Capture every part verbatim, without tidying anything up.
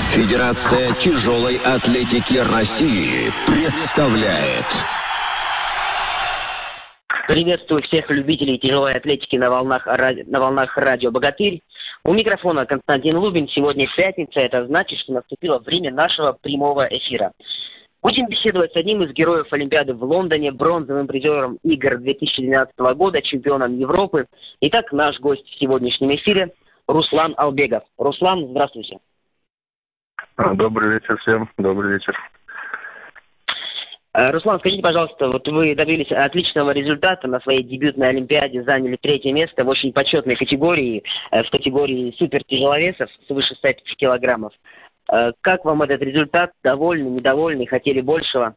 Федерация тяжелой атлетики России представляет. Приветствую всех любителей тяжелой атлетики на волнах, на волнах радио «Богатырь». У микрофона Константин Лубин. Сегодня пятница. Это значит, что наступило время нашего прямого эфира. Будем беседовать с одним из героев Олимпиады в Лондоне, бронзовым призером игр две тысячи двенадцатого года, чемпионом Европы. Итак, наш гость в сегодняшнем эфире Руслан Албегов. Руслан, здравствуйте. Добрый вечер всем. Добрый вечер. Руслан, скажите, пожалуйста, вот вы добились отличного результата на своей дебютной Олимпиаде, заняли третье место в очень почетной категории, в категории супертяжеловесов свыше ста пяти килограммов. Как вам этот результат? Довольны, недовольны, хотели большего?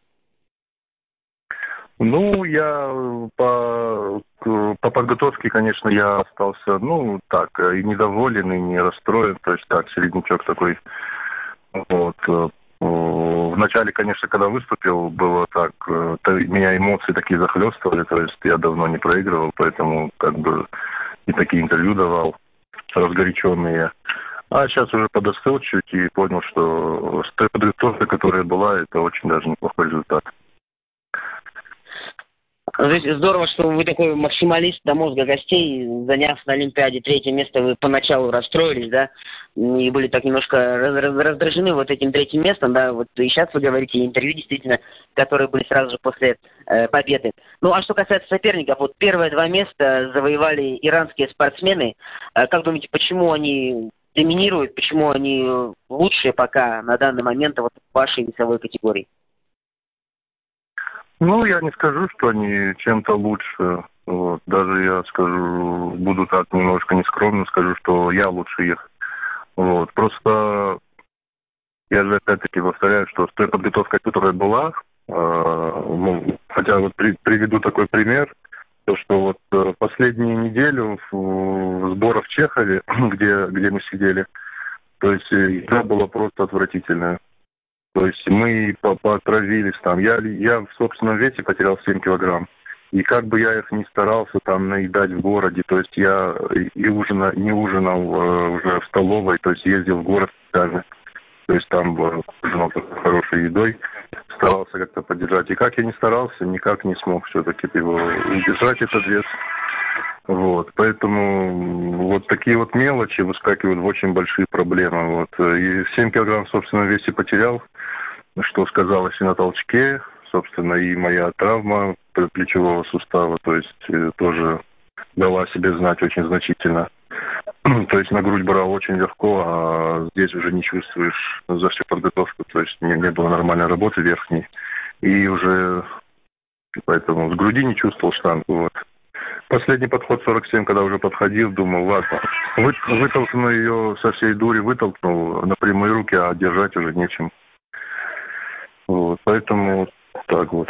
Ну, я по, по подготовке, конечно, я остался, ну, так, и недоволен, и не расстроен, то есть так, середнячок такой. Вот. Вначале, конечно, когда выступил, было так, меня эмоции такие захлестывали, то есть я давно не проигрывал, поэтому как бы и такие интервью давал разгоряченные. А сейчас уже подостыл чуть и понял, что с той подготовкой, которая была, это очень даже неплохой результат. Здорово, что вы такой максималист до мозга костей, заняв на Олимпиаде третье место, вы поначалу расстроились, да, и были так немножко раздражены вот этим третьим местом, да, вот и сейчас вы говорите интервью, действительно, которые были сразу же после э, победы. Ну, а что касается соперников, вот первые два места завоевали иранские спортсмены. Э, как думаете, почему они доминируют, почему они лучшие пока на данный момент вот в вашей весовой категории? Ну, я не скажу, что они чем-то лучше. Вот. Даже я скажу, буду так немножко нескромно, скажу, что я лучше их. Вот. Просто я же опять-таки повторяю, что с той подготовкой, которая была, э, ну, хотя вот при, приведу такой пример, то, что вот э, последнюю неделю в, в сборах в Чехове, где, где мы сидели, то есть игра была просто отвратительная. То есть мы поотравились там. Я, я в собственном весе потерял семь килограмм. И как бы я их ни старался там наедать в городе, то есть я и ужина, не ужинал э, уже в столовой, то есть ездил в город специально. То есть там э, ужинал хорошей едой, старался как-то поддержать. И как я не старался, никак не смог все-таки его удержать этот вес. Вот, поэтому вот такие вот мелочи выскакивают в очень большие проблемы. Вот. И семь килограмм в собственном весе потерял, что сказалось и на толчке, собственно, и моя травма плечевого сустава, то есть тоже дала себе знать очень значительно. То есть на грудь брал очень легко, а здесь уже не чувствуешь за всю подготовку, то есть не, не было нормальной работы верхней. И уже поэтому с груди не чувствовал штангу, вот. Последний подход сорок семь, когда уже подходил, думал, ладно, вы, вытолкну ее со всей дури, вытолкнул на прямые руки, а держать уже нечем. Вот, поэтому так вот.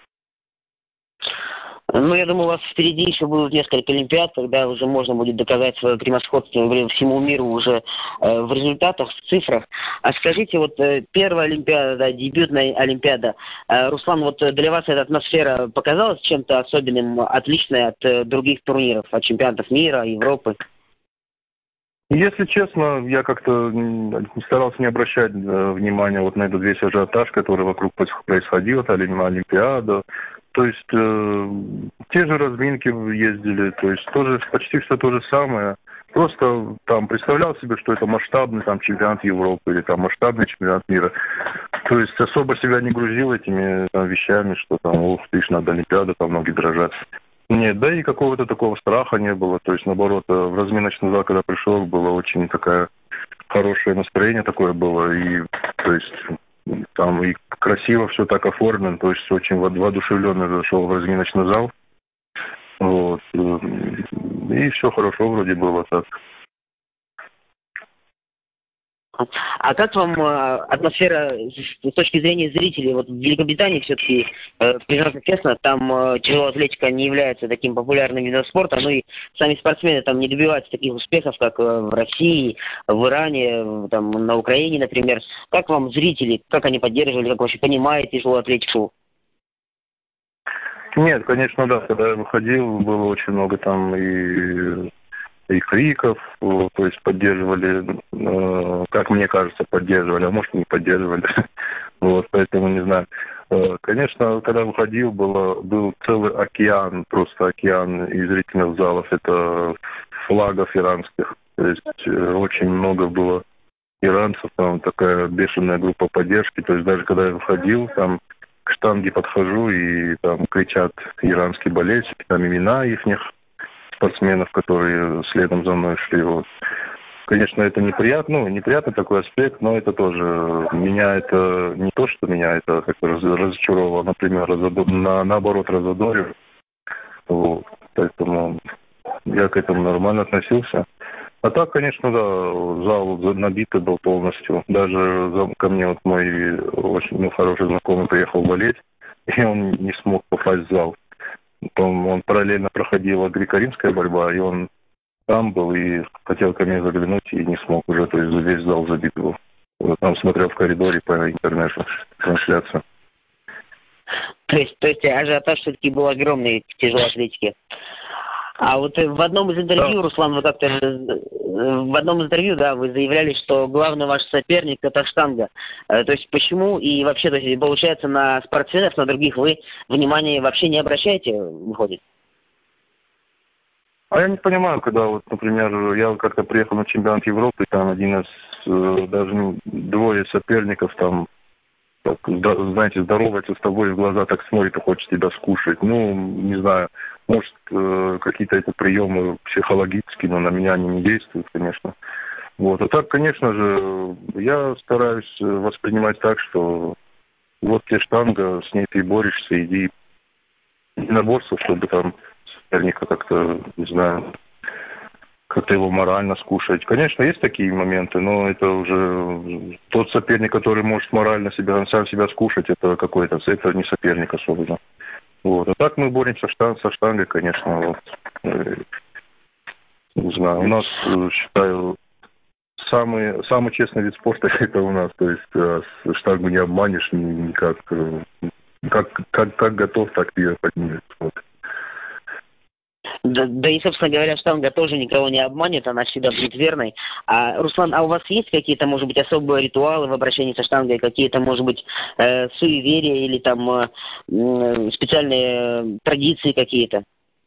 Ну, я думаю, у вас впереди еще будут несколько Олимпиад, когда уже можно будет доказать свое превосходство всему миру уже э, в результатах, в цифрах. А скажите, вот э, первая Олимпиада, да, дебютная Олимпиада, э, Руслан, вот для вас эта атмосфера показалась чем-то особенным, отличной от э, других турниров, от чемпионатов мира, Европы? Если честно, я как-то старался не обращать внимания вот на этот весь ажиотаж, который вокруг происходил, это Олимпиада. То есть э, те же разминки ездили, то есть тоже почти все то же самое. Просто там представлял себе, что это масштабный там чемпионат Европы или там масштабный чемпионат мира. То есть особо себя не грузил этими там, вещами, что там, ух, ты ж, надо Олимпиада, там ноги дрожат. Нет, да и какого-то такого страха не было. То есть, наоборот, в разминочный зал, когда пришел, было очень такое хорошее настроение такое было. И, то есть, там и красиво все так оформлено. То есть, очень воодушевленно зашел в разминочный зал. Вот. И все хорошо вроде было так. А как вам э, атмосфера с, с точки зрения зрителей? Вот в Великобритании все-таки, э, признаться честно, там э, тяжелая атлетика не является таким популярным видом спорта, ну и сами спортсмены там не добиваются таких успехов, как э, в России, в Иране, в, там, на Украине, например. Как вам зрители, как они поддерживали, как вообще понимаете тяжелую атлетику? Нет, конечно, да. Когда я выходил, было очень много там и и криков, то есть поддерживали, как мне кажется, поддерживали, а может, не поддерживали. Вот, поэтому не знаю. Конечно, когда выходил, было, был целый океан, просто океан из зрительных залов. Это флагов иранских. То есть очень много было иранцев, там такая бешеная группа поддержки. То есть даже когда я выходил, там к штанге подхожу, и там кричат иранские болельщики, там имена ихних спортсменов, которые следом за мной шли. Вот. Конечно, это неприятно, ну, неприятный такой аспект, но это тоже меня это не то, что меня это как раз разочаровало, например, разодор, на, наоборот разодорил. Вот. Поэтому я к этому нормально относился. А так, конечно, да, зал набитый был полностью. Даже ко мне вот мой очень ну, хороший знакомый приехал болеть, и он не смог попасть в зал. Он, он параллельно проходила греко-римская борьба, и он там был и хотел ко мне заглянуть, и не смог уже, то есть весь зал забит был. Вот там смотрел в коридоре по интернету трансляцию. То есть, то есть ажиотаж все-таки был огромный в тяжелой атлетике. А вот в одном из интервью, да. Руслан, вы как-то в одном из интервью, да, вы заявляли, что главный ваш соперник это штанга. То есть почему и вообще, то есть получается, на спортсменов, на других вы внимания вообще не обращаете, выходит? А я не понимаю, когда вот, например, я как-то приехал на чемпионат Европы, там один из, даже двое соперников там, так, знаете, здоровается с тобой, в глаза так смотрит и хочет тебя скушать. Ну, не знаю, может, какие-то это приемы психологические, но на меня они не действуют, конечно. Вот. А так, конечно же, я стараюсь воспринимать так, что вот тебе штанга, с ней ты борешься, иди на борцу, чтобы там соперника как-то, не знаю, как-то его морально скушать. Конечно, есть такие моменты, но это уже тот соперник, который может морально себя, сам себя скушать, это какой-то, это не соперник особенно. Вот. А так мы боремся штанг, со штангой, конечно. Вот. Не знаю, у нас, считаю, самый, самый честный вид спорта это у нас. То есть штангу не обманешь никак. Как, как, как готов, так и поднимешь. Вот. Да, да и, собственно говоря, штанга тоже никого не обманет, она всегда будет верной. А, Руслан, а у вас есть какие-то, может быть, особые ритуалы в обращении со штангой, какие-то, может быть, э, суеверия или там э, специальные традиции какие-то?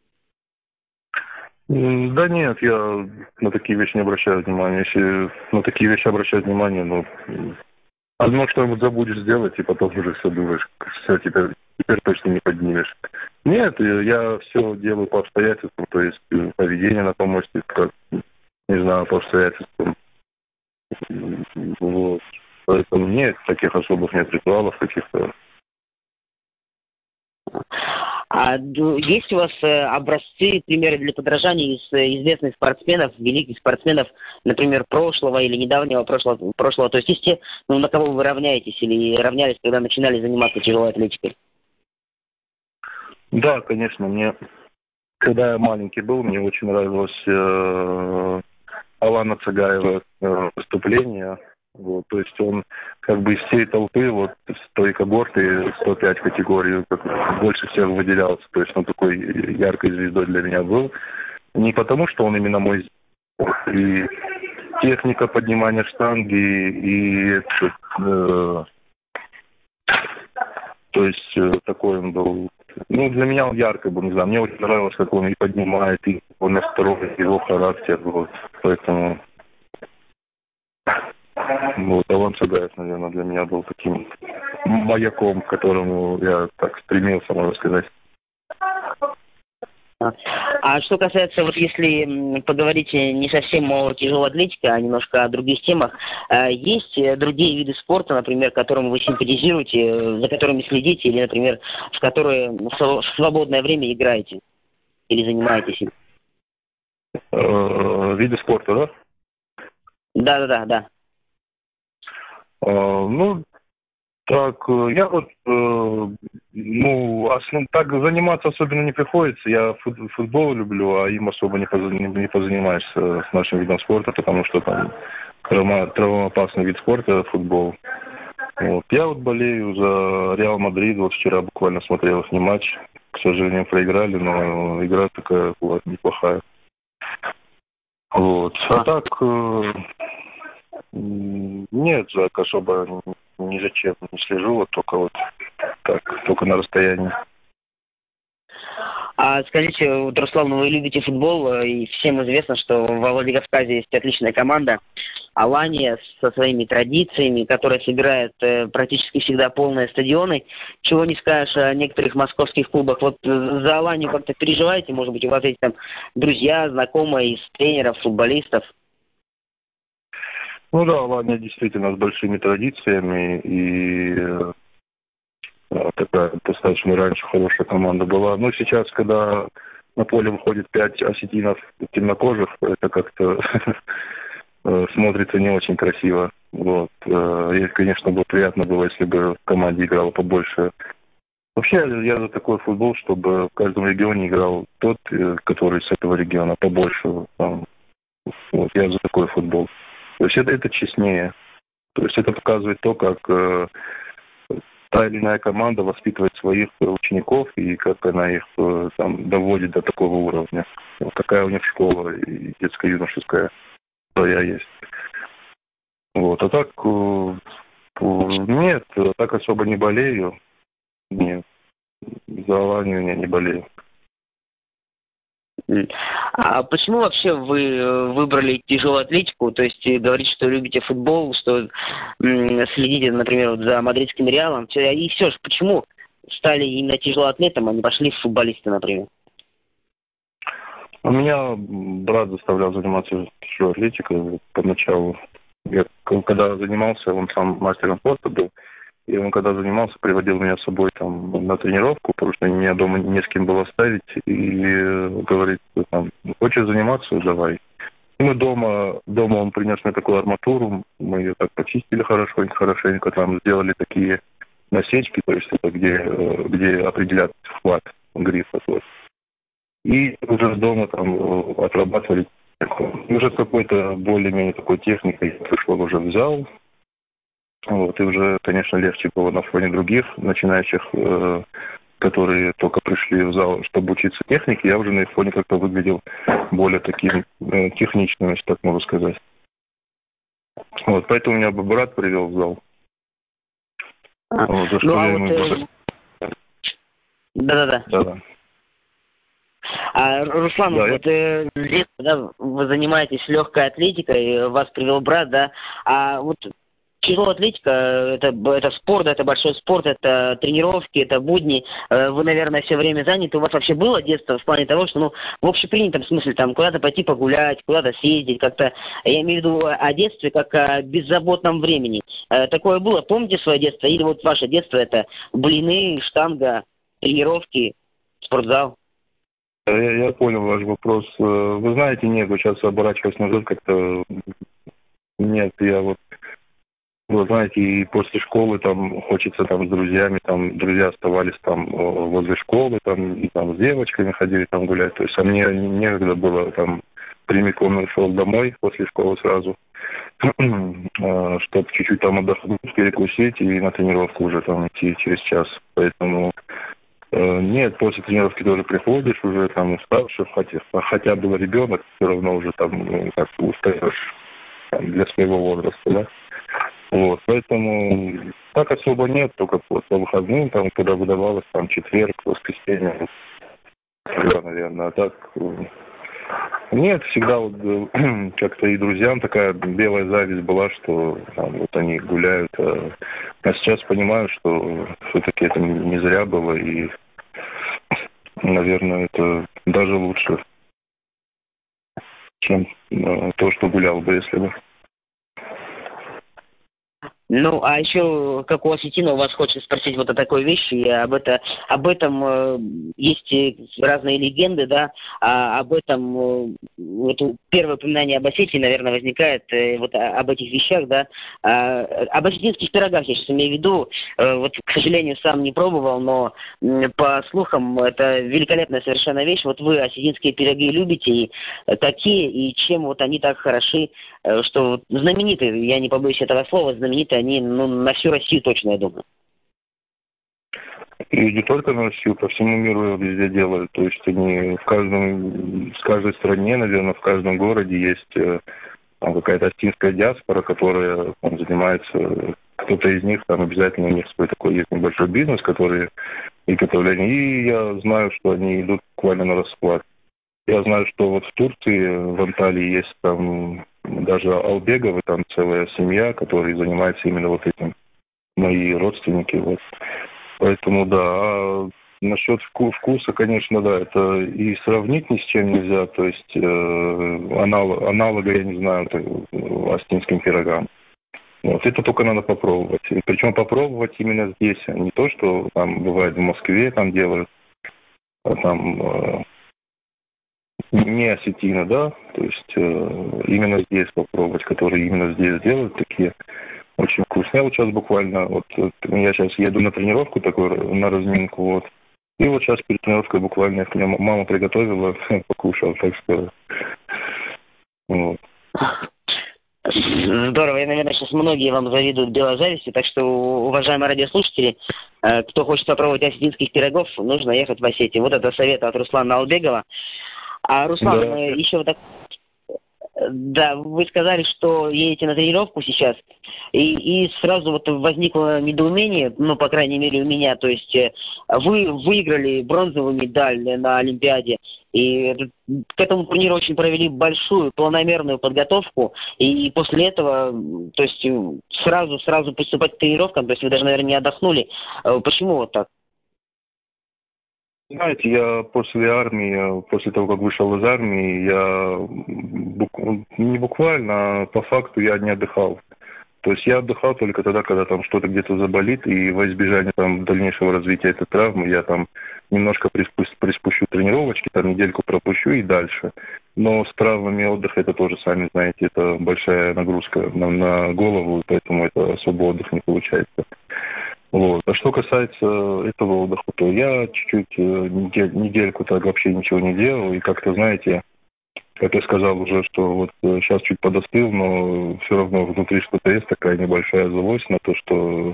Да нет, я на такие вещи не обращаю внимания. Если на такие вещи обращать внимание, ну, одно что-нибудь забудешь сделать, и потом уже все думаешь, все, теперь, теперь точно не поднимешь. Нет, я все делаю по обстоятельствам, то есть поведение на помосте, как, не знаю, по обстоятельствам. Вот. Поэтому нет, таких особых нет ритуалов каких-то. А есть у вас образцы, примеры для подражания из известных спортсменов, великих спортсменов, например, прошлого или недавнего прошлого, прошлого? То есть есть те, ну, на кого вы равняетесь или равнялись, когда начинали заниматься тяжелой атлетикой? Да, конечно, мне, когда я маленький был, мне очень нравилось э, Алана Цагаева э, выступление. Вот, то есть он как бы из всей толпы, вот с той когорты сто пять категорий, как больше всех выделялся. То есть он такой яркой звездой для меня был. Не потому, что он именно мой и техника поднимания штанги, и э, то есть э, такой он был. Ну, для меня он яркий был, не знаю. Мне очень нравилось, как он и поднимает, и его настрой, его характер. Вот, поэтому... Вот, Алан Цагаев, наверное, для меня был таким маяком, к которому я так стремился, можно сказать. А что касается, вот если поговорить не совсем о тяжелой атлетике, а немножко о других темах, есть другие виды спорта, например, которым вы симпатизируете, за которыми следите, или, например, в которые в свободное время играете или занимаетесь им? Виды спорта, да? Да-да-да, да. Uh, ну, так, я вот, uh, ну, основ, так заниматься особенно не приходится. Я фут, футбол люблю, а им особо не, поз, не, не позанимаешься с нашим видом спорта, потому что там травмоопасный вид спорта, футбол. Вот. Я вот болею за Реал Мадрид, вот вчера буквально смотрел их матч. К сожалению, проиграли, но игра такая была неплохая. Вот. А А, так, э, м, нет, так особо ни за чем не слежу, вот только вот так, только на расстоянии. а скажите, вот, Руслан, ну, вы любите футбол, э, и всем известно, что во Владикавказе есть отличная команда Алания со своими традициями, которая собирает э, практически всегда полные стадионы. Чего не скажешь о некоторых московских клубах. Вот э, за Аланию как-то переживаете? Может быть, у вас есть там друзья, знакомые из тренеров, футболистов? Ну да, Алания действительно с большими традициями, и э, такая достаточно раньше хорошая команда была. Но сейчас, когда на поле выходит пять осетинов темнокожих, это как-то э, смотрится не очень красиво. Вот. Э, И, конечно, бы приятно было, если бы в команде играло побольше. Вообще, я за такой футбол, чтобы в каждом регионе играл тот, э, который с этого региона побольше. Там. Вот, я за такой футбол. То есть это, это честнее. То есть это показывает то, как э, та или иная команда воспитывает своих учеников и как она их э, там доводит до такого уровня. Вот такая у них школа и детско-юношеская своя есть. Вот. А так, э, э, нет, так особо не болею. Нет, за Аланию я не болею. М. А почему вообще вы э, выбрали тяжелую атлетику? То есть э, говорите, что любите футбол, что м, следите, например, вот за мадридским Реалом. Всё- И все же, почему стали именно тяжелоатлетом, а не пошли в футболисты, например? У меня брат заставлял заниматься тяжелой атлетикой вот, поначалу. Я к- когда занимался, он сам мастером спорта был, и он когда занимался, приводил меня с собой там на тренировку, потому что меня дома не с кем было оставить, и э, говорит, там, хочешь заниматься, давай. И мы дома, дома он принес мне такую арматуру, мы ее так почистили хорошенько, хорошенько, там сделали такие насечки, то есть это где, э, где определят вклад грифа. Вот. И уже дома там э, отрабатывали. И уже с какой-то более-менее такой техникой пришел уже в зал. Вот, и уже, конечно, легче было на фоне других начинающих, э, которые только пришли в зал, чтобы учиться технике. Я уже на их фоне как-то выглядел более таким э, техничным, если так можно сказать. Вот, поэтому меня бы брат привел в зал. А, Вот, за ну что а я вот... ему э, благодарен. Да-да-да. Да, А, Руслан, да, я вот э, с детства, да, вы занимаетесь легкой атлетикой, вас привел брат, да, а вот тяжелая атлетика, это, б- это спорт, это большой спорт, это тренировки, это будни, Э, вы, наверное, все время заняты, у вас вообще было детство в плане того, что, ну, в общепринятом смысле, там, куда-то пойти погулять, куда-то съездить, как-то, я имею в виду о детстве, как о беззаботном времени. Э, такое было, помните свое детство, или вот ваше детство, это блины, штанга, тренировки, спортзал? Я, я понял ваш вопрос. Э, Вы знаете, нет, вот сейчас оборачиваясь назад, как-то нет, я вот, вы знаете, и после школы там хочется там с друзьями, там друзья оставались там э, возле школы, там, и там с девочками ходили там гулять. То есть, а мне некогда было там прямиком шел домой после школы сразу, чтобы чуть-чуть там отдохнуть, перекусить и на тренировку уже там идти через час. Поэтому Э, нет, после тренировки тоже приходишь, уже там уставший, хотя, хотя был ребенок, все равно уже там ну, как устаешь там, для своего возраста, да. Вот, поэтому так особо нет, только вот по выходным, там, когда выдавалось, там, четверг, воскресенье, да, наверное, а так э, нет, всегда вот э, как-то и друзьям такая белая зависть была, что там, вот они гуляют, а, а сейчас понимаю, что все-таки это не зря было, и наверное, это даже лучше, чем э, то, что гулял бы, если бы. Ну, а еще, как у осетина, у вас хочется спросить вот о такой вещи, и об, это, об этом э, есть э, разные легенды, да, а об этом, э, вот у- первое упоминание об Осетии, наверное, возникает э, вот о- об этих вещах, да, а, об осетинских пирогах, я сейчас имею в виду, э, вот, к сожалению, сам не пробовал, но м, по слухам, это великолепная совершенно вещь, вот вы осетинские пироги любите, и э, какие, и чем вот они так хороши, э, что вот знаменитые, я не побоюсь этого слова, знаменитые они, ну, на всю Россию точно, я думаю. И не только на Россию, по всему миру везде делают. То есть они в каждом, в каждой стране, наверное, в каждом городе есть там какая-то астинская диаспора, которая там занимается, кто-то из них, там обязательно у них свой такой есть небольшой бизнес, который изготовление. И я знаю, что они идут буквально на расклад. Я знаю, что вот в Турции, в Анталии есть там даже Албеговы, там целая семья, которая занимается именно вот этим. Мои родственники, вот. Поэтому, да. А насчет вку- вкуса, конечно, да, это и сравнить ни с чем нельзя. То есть э, анал- аналога, я не знаю, астинским пирогам. Вот, это только надо попробовать. И причем попробовать именно здесь, а не то, что там бывает в Москве там делают, а там э, не осетина, да, то есть э, именно здесь попробовать, которые именно здесь делают такие очень вкусные. Я вот сейчас буквально, вот я сейчас еду на тренировку такую, на разминку, вот. И вот сейчас перед тренировкой буквально мне мама приготовила, покушал, так что вот. Здорово. Я, наверное, сейчас многие вам завидуют белой завистью, так что, уважаемые радиослушатели, кто хочет попробовать осетинских пирогов, нужно ехать в Осетию. Вот это совет от Руслана Албегова. А, Руслан, да. еще вот так... Да, вы сказали, что едете на тренировку сейчас, и, и сразу вот возникло недоумение, ну, по крайней мере, у меня, то есть вы выиграли бронзовую медаль на Олимпиаде, и к этому турниру очень провели большую планомерную подготовку, и после этого, то есть сразу, сразу приступать к тренировкам, то есть вы даже, наверное, не отдохнули. Почему вот так? Знаете, я после армии, после того, как вышел из армии, я бук... не буквально, а по факту я не отдыхал. То есть я отдыхал только тогда, когда там что-то где-то заболит, и во избежание там дальнейшего развития этой травмы я там немножко приспу... приспущу тренировочки, там недельку пропущу и дальше. Но с травмами отдыха это тоже, сами знаете, это большая нагрузка на, на голову, поэтому это особо отдых не получается. Вот. А что касается этого отдыха, то я чуть-чуть недель, недельку так вообще ничего не делал. И как-то, знаете, как я сказал уже, что вот сейчас чуть подостыл, но все равно внутри что-то есть, такая небольшая злость на то, что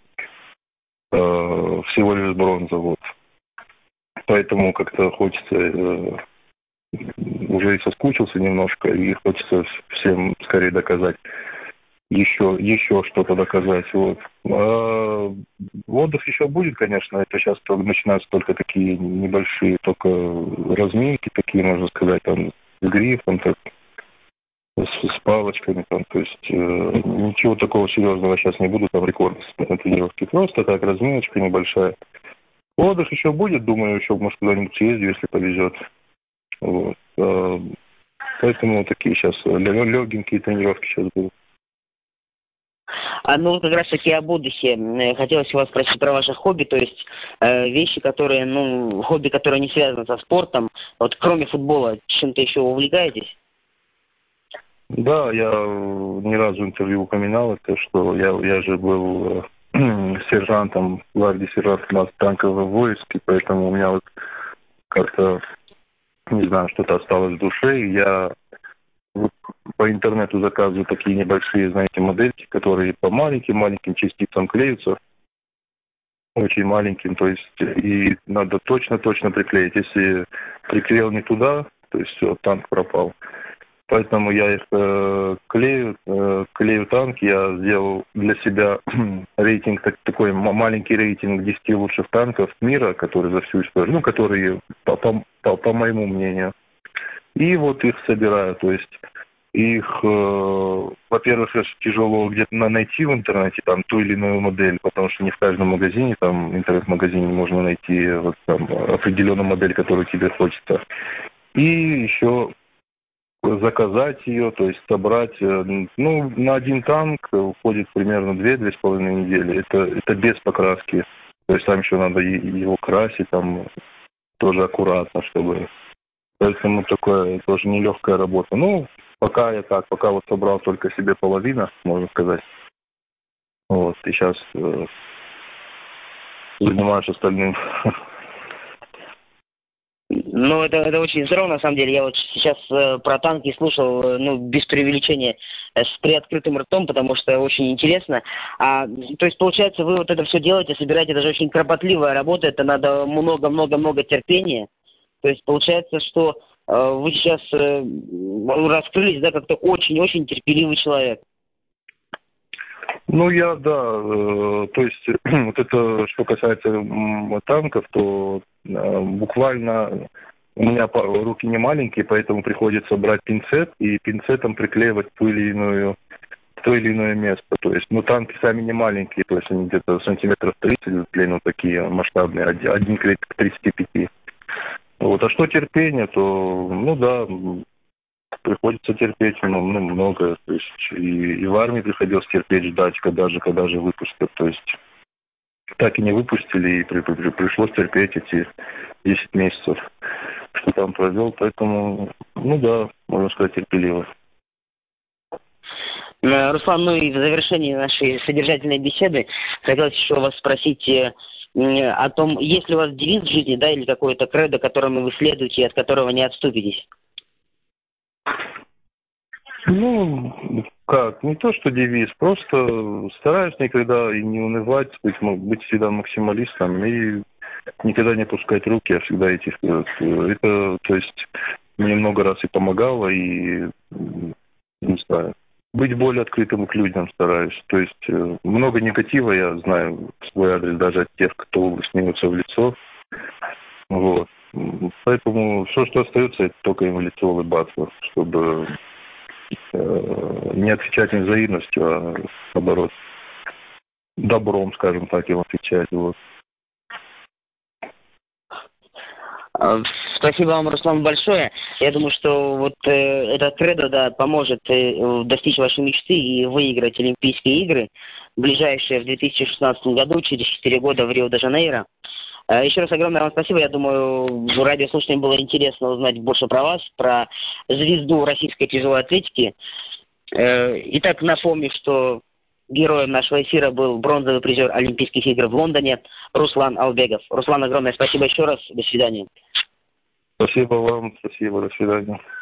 э, всего лишь бронза. Вот. Поэтому как-то хочется, э, уже и соскучился немножко, и хочется всем скорее доказать. Еще, еще что-то доказать. Вот. А отдых еще будет, конечно. Это сейчас только, начинаются только такие небольшие, только разминки, такие, можно сказать, там, с грифом, так, с, с палочками. Там, то есть э, ничего такого серьезного сейчас не буду, там рекорд на тренировке. Просто так, разминочка небольшая. Отдых еще будет, думаю, еще, может, куда-нибудь съездю, если повезет. Вот. А, поэтому такие сейчас легенькие тренировки сейчас будут. А ну как раз таки об отдыхе. Хотелось у вас спросить про ваши хобби, то есть э, вещи, которые, ну, хобби, которые не связаны со спортом. Вот кроме футбола, чем-то еще увлекаетесь? Да, я ни разу в интервью упоминал это, что я, я же был э, сержантом, гвардии сержанта танкового войска, поэтому у меня вот как-то, не знаю, что-то осталось в душе, и я по интернету заказываю такие небольшие, знаете, модельки, которые по маленьким-маленьким частицам клеются, очень маленьким, то есть и надо точно-точно приклеить. Если приклеил не туда, то есть все, танк пропал. Поэтому я их э, клею, э, клею танк. Я сделал для себя рейтинг, так, такой маленький рейтинг десяти лучших танков мира, которые за всю историю, ну, которые, по, по, по, по моему мнению. И вот их собираю, то есть их, э, во-первых, тяжело где-то найти в интернете там ту или иную модель, потому что не в каждом магазине, там, интернет-магазине можно найти вот, там, определенную модель, которую тебе хочется. И еще заказать ее, то есть собрать, ну, на один танк уходит примерно две-две с половиной недели. Это, это без покраски. То есть там еще надо его красить, там тоже аккуратно, чтобы... Поэтому такое тоже нелегкая работа. Ну, пока я так, пока вот собрал только себе половину, можно сказать. Вот, и сейчас э, занимаюсь остальным. Ну, это, это очень здорово, на самом деле. Я вот сейчас э, про танки слушал, э, ну, без преувеличения, э, с приоткрытым ртом, потому что очень интересно. А, то есть, получается, вы вот это все делаете, собираете, даже очень кропотливая работа, это надо много-много-много терпения. То есть, получается, что э, вы сейчас э, раскрылись, да, как-то очень-очень терпеливый человек. Ну, я, да, э, то есть, вот это, что касается м, танков, то э, буквально у меня па- руки не маленькие, поэтому приходится брать пинцет и пинцетом приклеивать ту или иную, то или иное место. То есть, ну, танки сами не маленькие, то есть они где-то сантиметров тридцать длину, такие масштабные, один, один клей к тридцати пяти. Вот, а что терпение, то, ну, да, приходится терпеть, ну, ну, много. То есть и, и в армии приходилось терпеть, ждать, когда же, когда же выпустят. То есть так и не выпустили, и при, при, пришлось терпеть эти десять месяцев, что там провел. Поэтому, ну да, можно сказать, терпеливо. Руслан, ну и в завершении нашей содержательной беседы хотелось еще вас спросить э, о том, есть ли у вас девиз в жизни, да, или какое-то кредо, которому вы следуете и от которого не отступитесь? Ну, как, не то, что девиз, просто стараюсь никогда и не унывать, быть, быть всегда максималистом и никогда не опускать руки, а всегда идти вперед. Это, то есть, мне много раз и помогало, и, не знаю, быть более открытым к людям стараюсь. То есть, много негатива я знаю в свой адрес даже от тех, кто смеется в лицо. Вот. Поэтому все, что остается, это только им в лицо улыбаться, чтобы не отвечать им взаимностью, а наоборот, добром, скажем так, им отвечать. Вот. Спасибо вам, Руслан, большое. Я думаю, что вот э, этот кредо, да, поможет э, достичь вашей мечты и выиграть Олимпийские игры, ближайшие в две тысячи шестнадцатом году, через четыре года в Рио-де-Жанейро. Еще раз огромное вам спасибо. Я думаю, радиослушателям было интересно узнать больше про вас, про звезду российской тяжелой атлетики. Итак, напомню, что героем нашего эфира был бронзовый призер Олимпийских игр в Лондоне Руслан Албегов. Руслан, огромное спасибо еще раз. До свидания. Спасибо вам. Спасибо. До свидания.